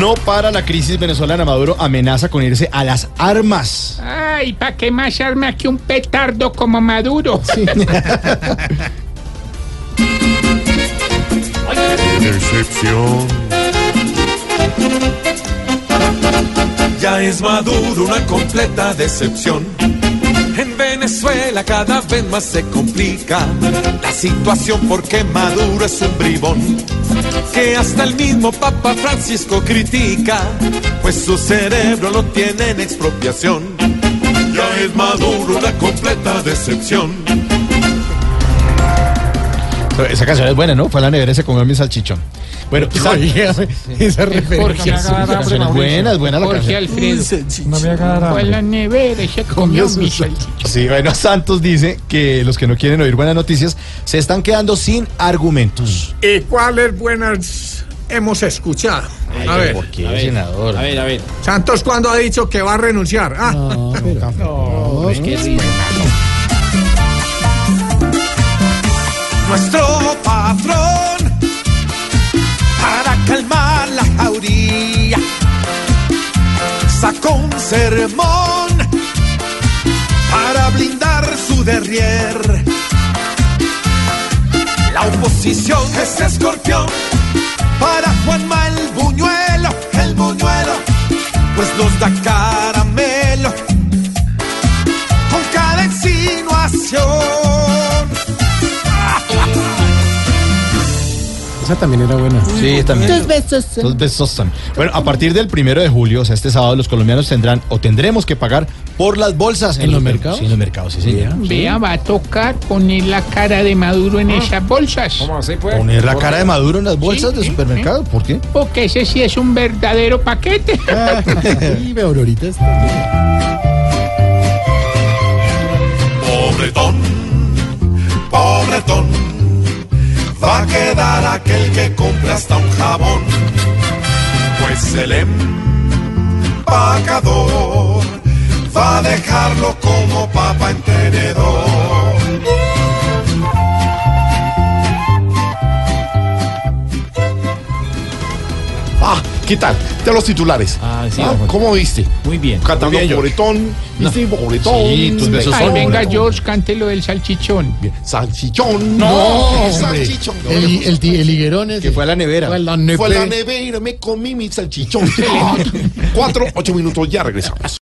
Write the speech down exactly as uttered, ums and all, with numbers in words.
No para la crisis venezolana. Maduro amenaza con irse a las armas. Ay, ¿para qué más arma que un petardo como Maduro? Sí. Decepción. Ya es Maduro una completa decepción. En Venezuela cada vez más se complica la situación porque Maduro es un bribón que hasta el mismo Papa Francisco critica, pues su cerebro lo tiene en expropiación. Ya es Maduro una completa decepción. Esa canción es buena, ¿no? Fue a la nevera y se comió mi salchichón. Bueno, esa referencia. Es buena, es buena la Jorge canción. Alfredo. No me haga Fue a la nevera y se comió mi salchichón. Sí, bueno, Santos dice que los que no quieren oír buenas noticias se están quedando sin argumentos. ¿Y cuáles buenas hemos escuchado? A ver, ¿Por qué, senador? A ver, a ver. Santos, ¿cuándo ha dicho que va a renunciar? Ah, No, pero, No, es que sí. Nuestro patrón, para calmar la jauría, sacó un sermón para blindar su derrier. La oposición es escorpión para Juanma el buñuelo, el buñuelo, pues nos da caramelo con cada insinuación. esa también era buena. Sí, también. Dos besos. Dos besos son. Bueno, a partir del primero de julio, o sea, este sábado, los colombianos tendrán o tendremos que pagar por las bolsas. ¿En los mercados? Sí, en los mercados, sí, señor. Vea, va a tocar poner la cara de Maduro en esas bolsas. ¿Cómo así, pues? Poner la cara de Maduro en las bolsas Sí, de sí, supermercado, ¿por qué? Porque ese sí es un verdadero paquete. Sí, veo Auroritas. Pobretón, pobretón, va a quedar aquel que compra hasta un jabón, pues el empacador va a dejarlo como papa en tenedor. Ah, ¿qué tal? De los titulares. Ah, sí, Ah, don Jorge. ¿cómo viste? Muy bien. Cantando Muy bien, pobretón, ¿viste? Pobretón. Sí, tus besos Ay, son. venga, George, cante lo del salchichón. Bien. Salchichón. No, hombre. salchichón. El, el, ti- el higuerón ese. Que fue a la nevera. Fue a la Fue a la nepe- nevera, me comí mi salchichón. Cuatro, ocho minutos, ya regresamos.